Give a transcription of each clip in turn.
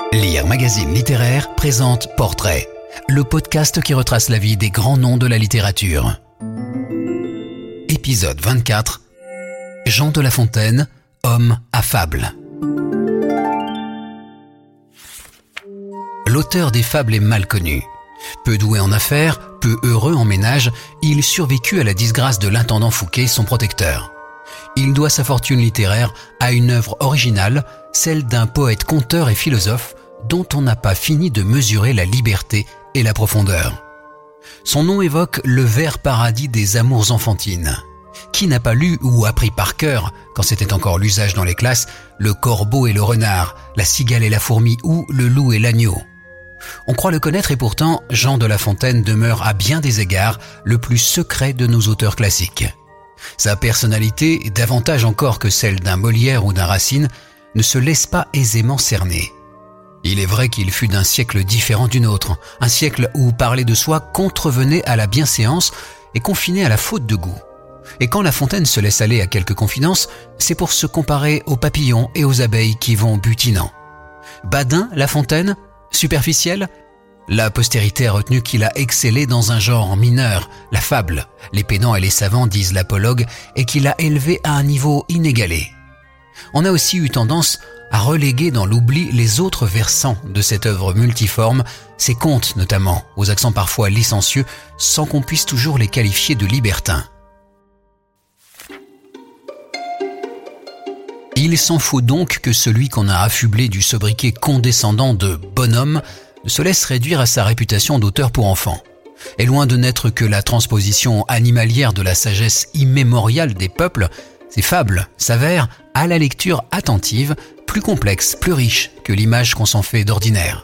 Lire Magazine Littéraire présente Portrait, le podcast qui retrace la vie des grands noms de la littérature. Épisode 24. Jean de La Fontaine, homme affable. L'auteur des fables est mal connu. Peu doué en affaires, peu heureux en ménage, il survécut à la disgrâce de l'intendant Fouquet, son protecteur. Il doit sa fortune littéraire à une œuvre originale, celle d'un poète conteur et philosophe dont on n'a pas fini de mesurer la liberté et la profondeur. Son nom évoque le vert paradis des amours enfantines. Qui n'a pas lu ou appris par cœur, quand c'était encore l'usage dans les classes, le corbeau et le renard, la cigale et la fourmi ou le loup et l'agneau? On croit le connaître et pourtant, Jean de La Fontaine demeure à bien des égards le plus secret de nos auteurs classiques. Sa personnalité, davantage encore que celle d'un Molière ou d'un Racine, ne se laisse pas aisément cerner. Il est vrai qu'il fut d'un siècle différent du nôtre, un siècle où parler de soi contrevenait à la bienséance et confinait à la faute de goût. Et quand La Fontaine se laisse aller à quelques confidences, c'est pour se comparer aux papillons et aux abeilles qui vont butinant. Badin, La Fontaine? Superficiel? La postérité a retenu qu'il a excellé dans un genre mineur, la fable, les pédants et les savants disent l'apologue, et qu'il a élevé à un niveau inégalé. On a aussi eu tendance à reléguer dans l'oubli les autres versants de cette œuvre multiforme, ses contes notamment, aux accents parfois licencieux, sans qu'on puisse toujours les qualifier de libertins. Il s'en faut donc que celui qu'on a affublé du sobriquet condescendant de bonhomme ne se laisse réduire à sa réputation d'auteur pour enfants. Et loin de n'être que la transposition animalière de la sagesse immémoriale des peuples, ces fables s'avèrent, à la lecture attentive, plus complexes, plus riches que l'image qu'on s'en fait d'ordinaire.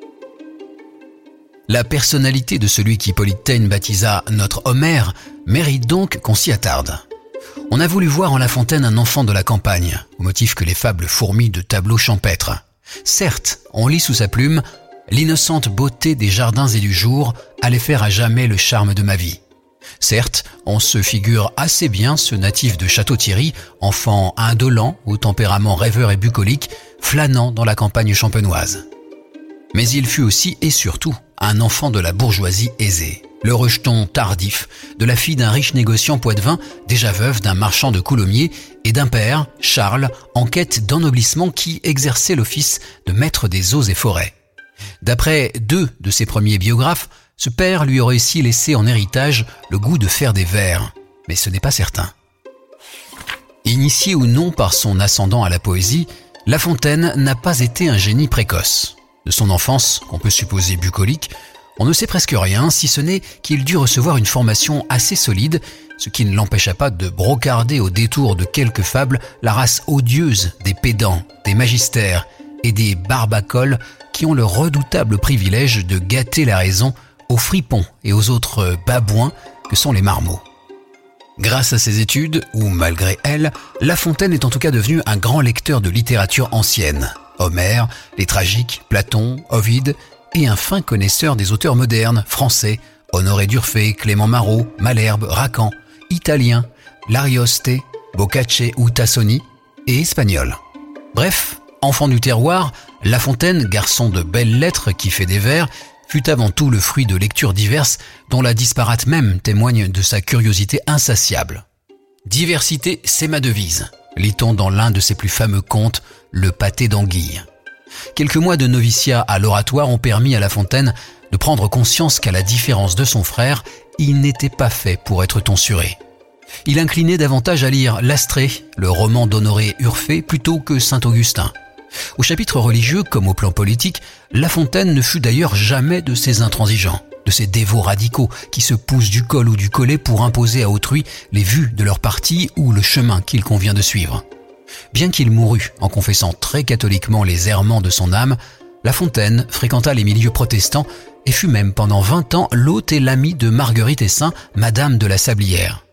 La personnalité de celui qu'Hippolyte Taine baptisa notre Homère mérite donc qu'on s'y attarde. On a voulu voir en La Fontaine un enfant de la campagne, au motif que les fables fourmillent de tableaux champêtres. Certes, on lit sous sa plume « L'innocente beauté des jardins et du jour allait faire à jamais le charme de ma vie ». Certes, on se figure assez bien ce natif de Château-Thierry, enfant indolent, au tempérament rêveur et bucolique, flânant dans la campagne champenoise. Mais il fut aussi et surtout un enfant de la bourgeoisie aisée, le rejeton tardif de la fille d'un riche négociant poitevin, déjà veuve d'un marchand de coulommiers, et d'un père, Charles, en quête d'ennoblissement qui exerçait l'office de maître des eaux et forêts. D'après 2 de ses premiers biographes, ce père lui aurait aussi laissé en héritage le goût de faire des vers, mais ce n'est pas certain. Initié ou non par son ascendant à la poésie, La Fontaine n'a pas été un génie précoce. De son enfance, qu'on peut supposer bucolique, on ne sait presque rien, si ce n'est qu'il dut recevoir une formation assez solide, ce qui ne l'empêcha pas de brocarder au détour de quelques fables la race odieuse des pédants, des magistères et des barbacoles qui ont le redoutable privilège de gâter la raison aux fripons et aux autres babouins que sont les marmots. Grâce à ses études, ou malgré elles, La Fontaine est en tout cas devenu un grand lecteur de littérature ancienne. Homère, les tragiques, Platon, Ovide, et un fin connaisseur des auteurs modernes, français, Honoré d'Urfé, Clément Marot, Malherbe, Racan, italien, l'Arioste, Boccace ou Tassoni, et espagnol. Bref, enfant du terroir, La Fontaine, garçon de belles lettres qui fait des vers, fut avant tout le fruit de lectures diverses dont la disparate même témoigne de sa curiosité insatiable. Diversité, c'est ma devise, lit-on dans l'un de ses plus fameux contes, Le pâté d'anguille. Quelques mois de noviciat à l'oratoire ont permis à La Fontaine de prendre conscience qu'à la différence de son frère, il n'était pas fait pour être tonsuré. Il inclinait davantage à lire l'Astrée, le roman d'Honoré Urfé, plutôt que Saint-Augustin. Au chapitre religieux comme au plan politique, La Fontaine ne fut d'ailleurs jamais de ces intransigeants, de ces dévots radicaux qui se poussent du col ou du collet pour imposer à autrui les vues de leur parti ou le chemin qu'il convient de suivre. Bien qu'il mourût en confessant très catholiquement les errements de son âme, La Fontaine fréquenta les milieux protestants et fut même pendant 20 ans l'hôte et l'ami de Marguerite Essin, Madame de la Sablière.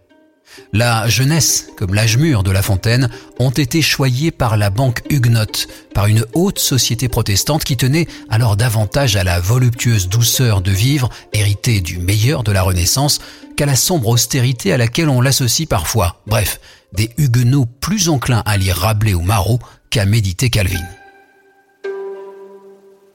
La jeunesse, comme l'âge mûr de La Fontaine, ont été choyés par la banque huguenote, par une haute société protestante qui tenait alors davantage à la voluptueuse douceur de vivre, héritée du meilleur de la Renaissance, qu'à la sombre austérité à laquelle on l'associe parfois. Bref, des huguenots plus enclins à lire Rabelais ou Marot qu'à méditer Calvin.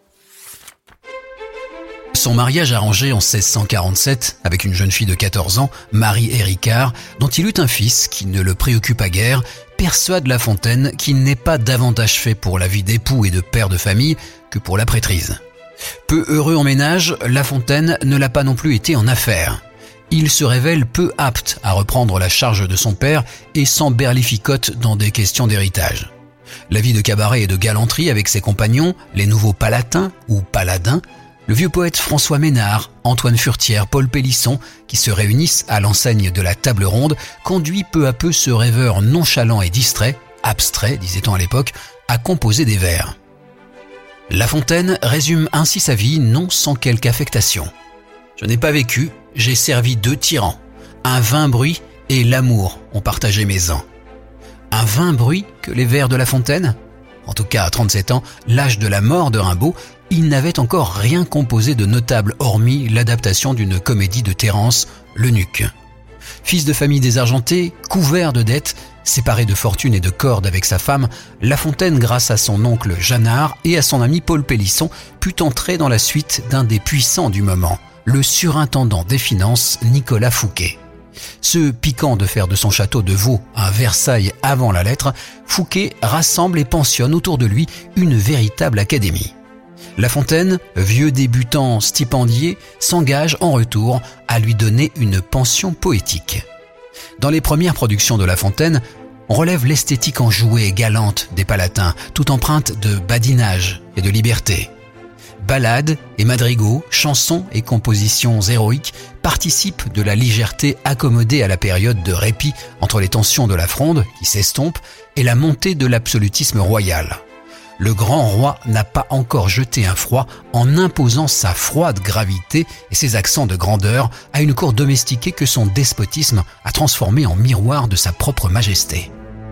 Son mariage arrangé en 1647 avec une jeune fille de 14 ans, Marie Héricard, dont il eut un fils qui ne le préoccupa guère, persuade La Fontaine qu'il n'est pas davantage fait pour la vie d'époux et de père de famille que pour la prêtrise. Peu heureux en ménage, La Fontaine ne l'a pas non plus été en affaires. Il se révèle peu apte à reprendre la charge de son père et s'emberlificote dans des questions d'héritage. La vie de cabaret et de galanterie avec ses compagnons, les nouveaux palatins ou paladins, le vieux poète François Ménard, Antoine Furtière, Paul Pélisson, qui se réunissent à l'enseigne de la table ronde, conduit peu à peu ce rêveur nonchalant et distrait, abstrait disait-on à l'époque, à composer des vers. La Fontaine résume ainsi sa vie non sans quelque affectation. « Je n'ai pas vécu, j'ai servi 2 tyrans. Un vain bruit et l'amour ont partagé mes ans. » Un vain bruit que les vers de La Fontaine ? En tout cas, à 37 ans, l'âge de la mort de Rimbaud, il n'avait encore rien composé de notable hormis l'adaptation d'une comédie de Terence, L'Eunuque. Fils de famille désargentée, couvert de dettes, séparé de fortune et de cordes avec sa femme, La Fontaine, grâce à son oncle Jeannard et à son ami Paul Pélisson, put entrer dans la suite d'un des puissants du moment, le surintendant des finances Nicolas Fouquet. Se piquant de faire de son château de Vaux un Versailles avant la lettre, Fouquet rassemble et pensionne autour de lui une véritable académie. La Fontaine, vieux débutant stipendié, s'engage en retour à lui donner une pension poétique. Dans les premières productions de La Fontaine, on relève l'esthétique enjouée et galante des palatins, toute empreinte de badinage et de liberté. Ballades et madrigaux, chansons et compositions héroïques participent de la légèreté accommodée à la période de répit entre les tensions de la Fronde, qui s'estompent, et la montée de l'absolutisme royal. Le grand roi n'a pas encore jeté un froid en imposant sa froide gravité et ses accents de grandeur à une cour domestiquée que son despotisme a transformée en miroir de sa propre majesté.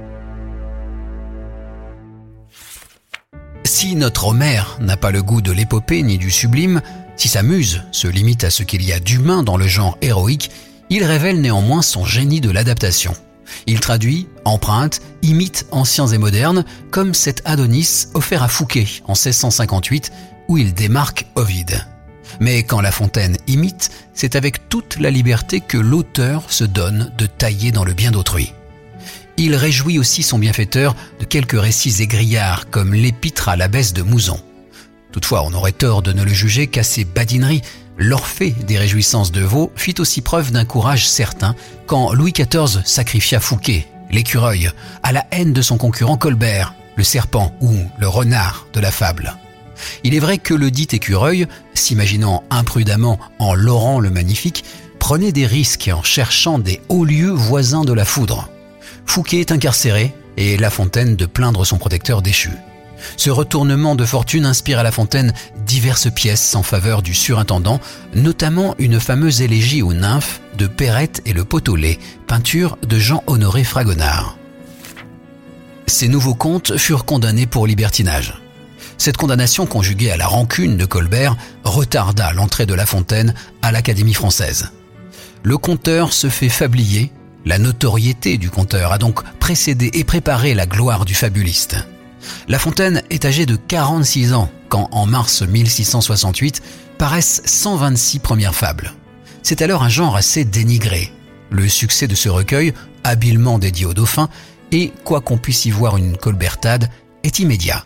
Si notre Homère n'a pas le goût de l'épopée ni du sublime, si sa muse se limite à ce qu'il y a d'humain dans le genre héroïque, il révèle néanmoins son génie de l'adaptation. Il traduit, emprunte, imite anciens et modernes, comme cet Adonis offert à Fouquet en 1658, où il démarque Ovide. Mais quand La Fontaine imite, c'est avec toute la liberté que l'auteur se donne de tailler dans le bien d'autrui. Il réjouit aussi son bienfaiteur de quelques récits égrillards comme l'Épître à l'abbesse de Mouzon. Toutefois, on aurait tort de ne le juger qu'à ses badineries. L'Orphée des réjouissances de Vaux fit aussi preuve d'un courage certain quand Louis XIV sacrifia Fouquet, l'écureuil, à la haine de son concurrent Colbert, le serpent ou le renard de la fable. Il est vrai que le dit écureuil, s'imaginant imprudemment en Laurent le Magnifique, prenait des risques en cherchant des hauts lieux voisins de la foudre. Fouquet est incarcéré et La Fontaine de plaindre son protecteur déchu. Ce retournement de fortune inspire à La Fontaine diverses pièces en faveur du surintendant, notamment une fameuse élégie aux nymphes de Perrette et le Pot-au-lait, peinture de Jean-Honoré Fragonard. Ces nouveaux contes furent condamnés pour libertinage. Cette condamnation, conjuguée à la rancune de Colbert, retarda l'entrée de La Fontaine à l'Académie française. Le conteur se fait fablier. La notoriété du conteur a donc précédé et préparé la gloire du fabuliste. La Fontaine est âgé de 46 ans quand, en mars 1668, paraissent 126 premières fables. C'est alors un genre assez dénigré. Le succès de ce recueil, habilement dédié au dauphin, et, quoi qu'on puisse y voir une colbertade, est immédiat.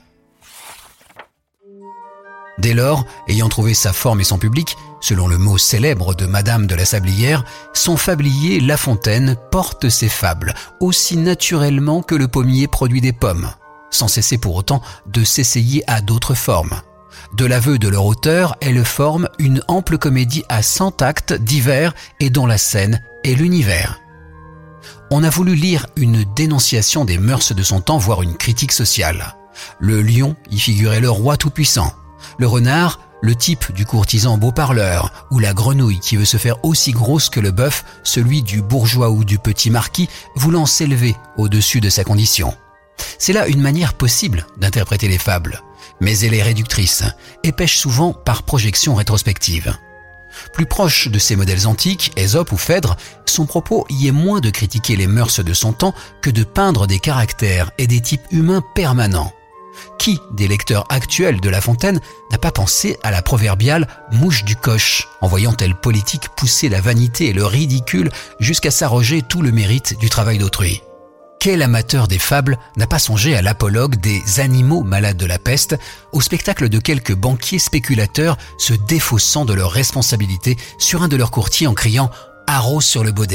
Dès lors, ayant trouvé sa forme et son public, selon le mot célèbre de Madame de la Sablière, son fablier La Fontaine porte ses fables aussi naturellement que le pommier produit des pommes, sans cesser pour autant de s'essayer à d'autres formes. De l'aveu de leur auteur, elle forme une ample comédie à 100 actes divers et dont la scène est l'univers. On a voulu lire une dénonciation des mœurs de son temps, voire une critique sociale. Le lion y figurait le roi tout-puissant. Le renard, le type du courtisan beau parleur, ou la grenouille qui veut se faire aussi grosse que le bœuf, celui du bourgeois ou du petit marquis, voulant s'élever au-dessus de sa condition. C'est là une manière possible d'interpréter les fables, mais elle est réductrice et pêche souvent par projection rétrospective. Plus proche de ces modèles antiques, Ésope ou Phèdre, son propos y est moins de critiquer les mœurs de son temps que de peindre des caractères et des types humains permanents. Qui des lecteurs actuels de La Fontaine n'a pas pensé à la proverbiale mouche du coche, en voyant telle politique pousser la vanité et le ridicule jusqu'à s'arroger tout le mérite du travail d'autrui? Quel amateur des fables n'a pas songé à l'apologue des animaux malades de la peste, au spectacle de quelques banquiers spéculateurs se défaussant de leurs responsabilités sur un de leurs courtiers en criant « haro sur le baudet ».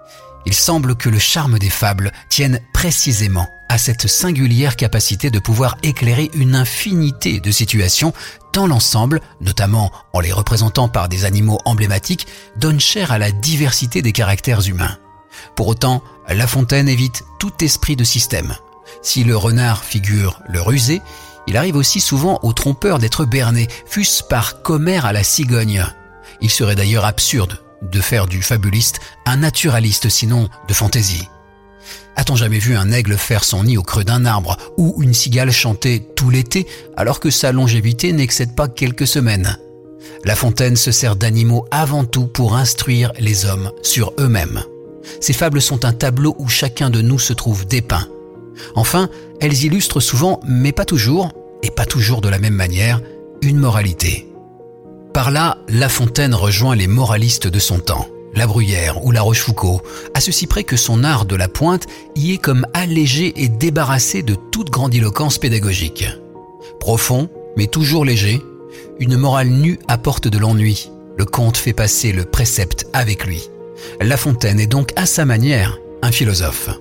Il semble que le charme des fables tienne précisément à cette singulière capacité de pouvoir éclairer une infinité de situations, tant l'ensemble, notamment en les représentant par des animaux emblématiques, donne chair à la diversité des caractères humains. Pour autant, La Fontaine évite tout esprit de système. Si le renard figure le rusé, il arrive aussi souvent au trompeur d'être berné, fût-ce par commère à la cigogne. Il serait d'ailleurs absurde de faire du fabuliste un naturaliste, sinon de fantaisie. A-t-on jamais vu un aigle faire son nid au creux d'un arbre ou une cigale chanter tout l'été alors que sa longévité n'excède pas quelques semaines? La Fontaine se sert d'animaux avant tout pour instruire les hommes sur eux-mêmes. Ces fables sont un tableau où chacun de nous se trouve dépeint. Enfin, elles illustrent souvent, mais pas toujours, et pas toujours de la même manière, une moralité. Par là, La Fontaine rejoint les moralistes de son temps, La Bruyère ou La Rochefoucauld, à ceci près que son art de la pointe y est comme allégé et débarrassé de toute grandiloquence pédagogique. Profond, mais toujours léger, une morale nue apporte de l'ennui. Le conte fait passer le précepte avec lui. La Fontaine est donc à sa manière un philosophe.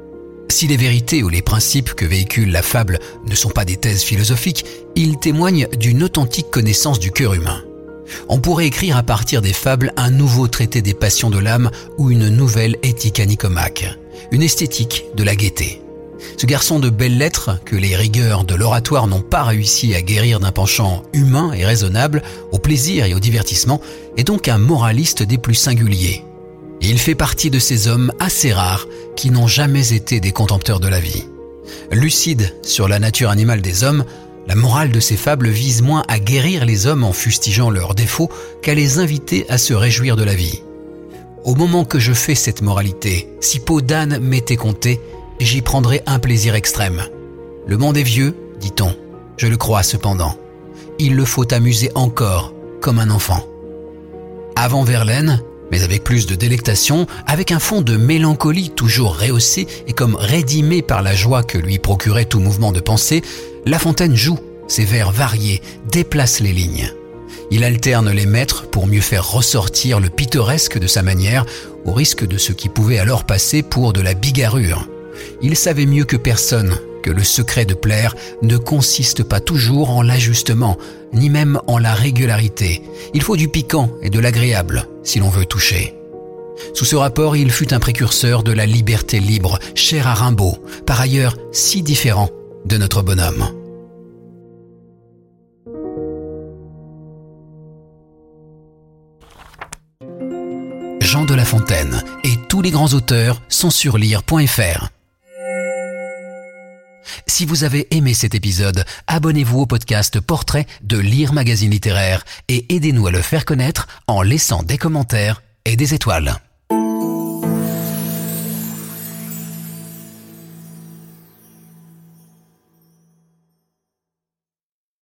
Si les vérités ou les principes que véhicule la fable ne sont pas des thèses philosophiques, ils témoignent d'une authentique connaissance du cœur humain. On pourrait écrire à partir des fables un nouveau traité des passions de l'âme ou une nouvelle éthique à Nicomaque, une esthétique de la gaieté. Ce garçon de belles lettres, que les rigueurs de l'oratoire n'ont pas réussi à guérir d'un penchant humain et raisonnable, au plaisir et au divertissement, est donc un moraliste des plus singuliers. Il fait partie de ces hommes assez rares qui n'ont jamais été des contempteurs de la vie. Lucide sur la nature animale des hommes, la morale de ces fables vise moins à guérir les hommes en fustigeant leurs défauts qu'à les inviter à se réjouir de la vie. Au moment que je fais cette moralité, si peau d'âne m'était comptée, j'y prendrais un plaisir extrême. Le monde est vieux, dit-on, je le crois cependant. Il le faut amuser encore, comme un enfant. Avant Verlaine, mais avec plus de délectation, avec un fond de mélancolie toujours rehaussé et comme rédimé par la joie que lui procurait tout mouvement de pensée, La Fontaine joue, ses vers variés, déplace les lignes. Il alterne les maîtres pour mieux faire ressortir le pittoresque de sa manière, au risque de ce qui pouvait alors passer pour de la bigarrure. Il savait mieux que personne que le secret de plaire ne consiste pas toujours en l'ajustement, ni même en la régularité. Il faut du piquant et de l'agréable si l'on veut toucher. Sous ce rapport, il fut un précurseur de la liberté libre, chère à Rimbaud, par ailleurs si différent de notre bonhomme. Jean de La Fontaine et tous les grands auteurs sont sur lire.fr. Si vous avez aimé cet épisode, abonnez-vous au podcast Portrait de Lire Magazine Littéraire et aidez-nous à le faire connaître en laissant des commentaires et des étoiles.